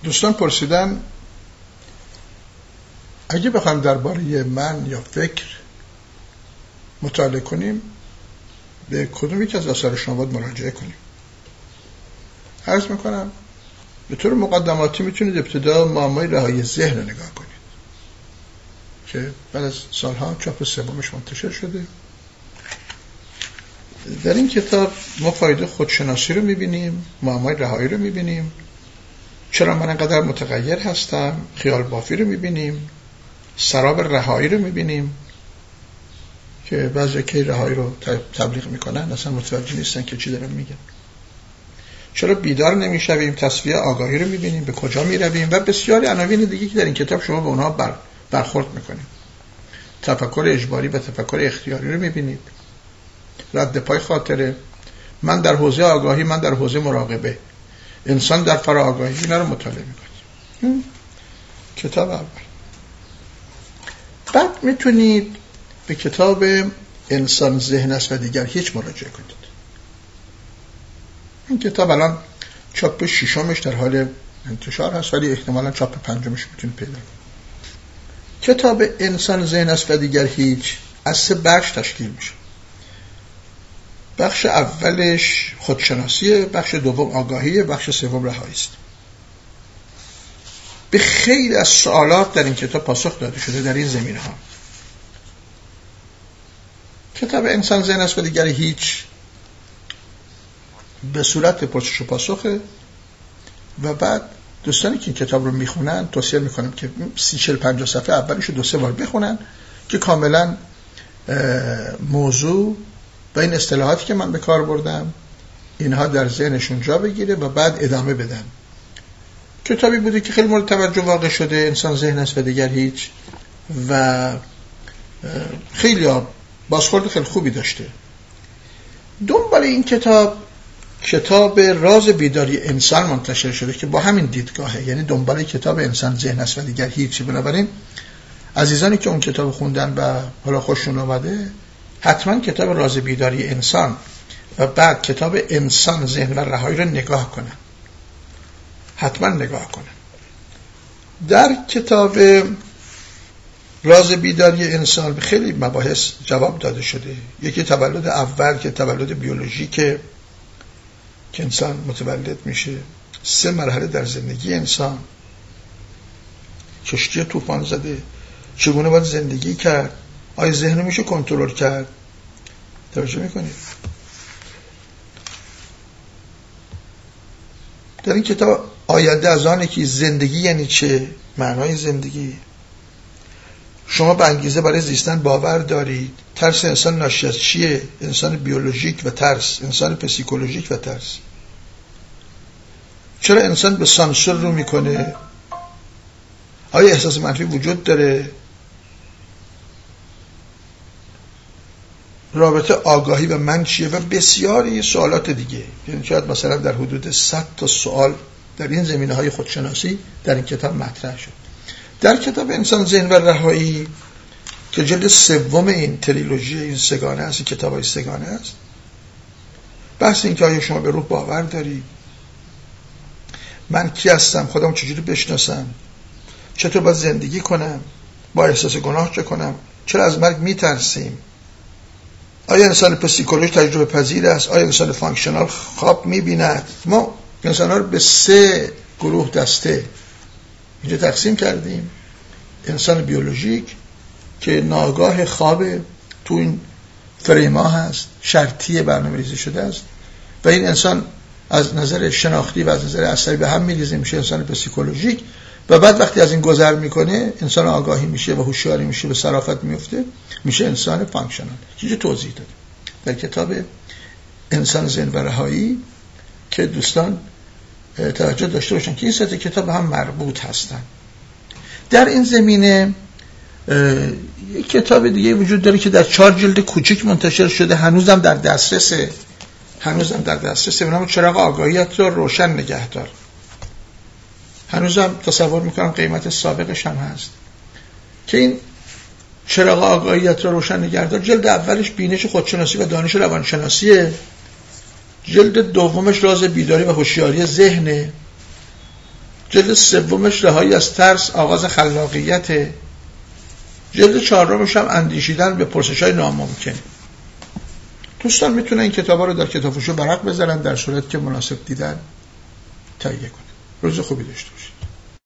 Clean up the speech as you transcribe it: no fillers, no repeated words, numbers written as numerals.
دوستان پرسیدن اگه بخوایم درباره من یا فکر مطالعه کنیم به کدوم یک از آثار شما باید مراجعه کنیم؟ عرض میکنم به طور مقدماتی میتونید ابتدا معمای رهایی ذهن رو نگاه کنید که بعد از سالها چاپ سومش منتشر شده. در این کتاب ما فایده خودشناسی رو میبینیم، معمای رهایی رو میبینیم، چرا من انقدر متغیر هستم، خیال بافی رو میبینیم، سراب رهایی رو میبینیم که بعضی که رهایی رو تبلیغ میکنن اصلا متوجه نیستن که چی دارن میگن. چرا بیدار نمیشویم، تصفیه آگاهی رو میبینیم، به کجا میرویم و بسیاری عناوین دیگه که در این کتاب شما به اونها برخورد میکنیم. تفکر اجباری و تفکر اختیاری رو میبینید، رد پای خاطره، من در حوزه آگاهی، من در حوزه مراقبه، انسان در فراآگاهی، اینا رو مطالعه میکنید. کتاب اول. بعد میتونید به کتاب انسان ذهن است و دیگر هیچ مراجعه کنید. این کتاب الان چاپ ششمش در حال انتشار هست ولی احتمالا چاپ پنجمش میتونید پیدا کنید. کتاب انسان ذهن است و دیگر هیچ از 3 بخش تشکیل میشه. بخش اولش خودشناسیه، بخش دوم آگاهیه، بخش سوم رهایی است. به خیلی از سوالات در این کتاب پاسخ داده شده در این زمینه‌ها. کتاب انسان ذهن است و دیگر هیچ به صورت پرسش و پاسخه و بعد دوستانی که این کتاب رو میخونن توصیه میکنم که 30-40-50 صفحه اولش رو 2-3 بار بخونن که کاملا موضوع و این اصطلاحاتی که من به کار بردم اینها در ذهنشون جا بگیره و بعد ادامه بدن. کتابی بوده که خیلی مورد توجه واقع شده، انسان ذهن است و دیگر هیچ، و خیلی بازخورد خیلی خوبی داشته. دنبال این کتاب راز بیداری انسان منتشر شده که با همین دیدگاهه، یعنی دنبال کتاب انسان ذهن است و دیگر هیچ. بنابراین عزیزانی که اون کتاب خوندن و حالا خوششون اومده حتما کتاب راز بیداری انسان و بعد کتاب انسان ذهن و رهایی رو نگاه کنن، حتما نگاه کنن. در کتاب راز بیداری انسان به خیلی مباحث جواب داده شده. یکی تولد اول که تولد بیولوژیکه که انسان متولد میشه، 3 مرحله در زندگی انسان، کشتی طوفان زده، چگونه باید زندگی کرد، آیا ذهن رو میشه کنترل کرد. توجه میکنید؟ در این کتاب آینده از آنه که زندگی یعنی چه، معنای زندگی، شما به انگیزه برای زیستن باور دارید، ترس انسان ناشی از چیه، انسان بیولوژیک و ترس، انسان پسیکولوژیک و ترس، چرا انسان به سانسور رو میکنه، آیا احساس منفی وجود داره، رابطه آگاهی و من چیه و بسیاری سوالات دیگه. یعنی شاید مثلا در حدود 100 تا سوال در این زمینه‌های خودشناسی در این کتاب مطرح شد. در کتاب انسان ذهن و رهایی که جلد 3 این تریلوژی این سگانه است، کتابای سگانه است، بحث این که آیا شما به روح باور داری، من کی هستم، خودم چجوری بشناسم، چطور باید زندگی کنم، با احساس گناه چه کنم، چرا از مرگ میترسیم، آیا انسان پسیکولوژی تجربه پذیر است، آیا انسان فانکشنال خواب میبیند. ما انسان‌ها رو به 3 گروه دسته اینجا تقسیم کردیم. انسان بیولوژیک که ناگاه خواب تو این فریما هست، شرطی برنامه‌ریزی شده است و این انسان از نظر شناختی و از نظر عصبی به هم میریزه، میشه انسان پسیکولوژیک و بعد وقتی از این گذر میکنه انسان آگاهی میشه و هوشیاری میشه، به صرافت میفته، میشه انسان فانکشنال. چیزی توضیح داده در کتاب انسان ذهن و رهایی که دوستان توجه داشته باشن که این 3 کتاب هم مربوط هستن. در این زمینه یک کتاب دیگه وجود داره که در 4 جلد کوچیک منتشر شده، هنوزم در دسترسه، به نام چراغ آگاهیت رو روشن نگه دار. هنوزم تصور میکنم قیمت سابقش هم هست که این چراغ آگاهیت رو روشن نگه دار جلد اولش بینش خودشناسی و دانش روانشناسیه، جلد دومش راز بیداری و هوشیاری ذهنه، جلد سومش رهایی از ترس، آغاز خلاقیت. جلد چهارمش هم اندیشیدن به پرسش‌های ناممکن. دوستان میتونن این کتابا رو در کتابفروشی برق بذارن، در صورت که مناسب دیدن تهیه کنن. روز خوبی داشته باشید.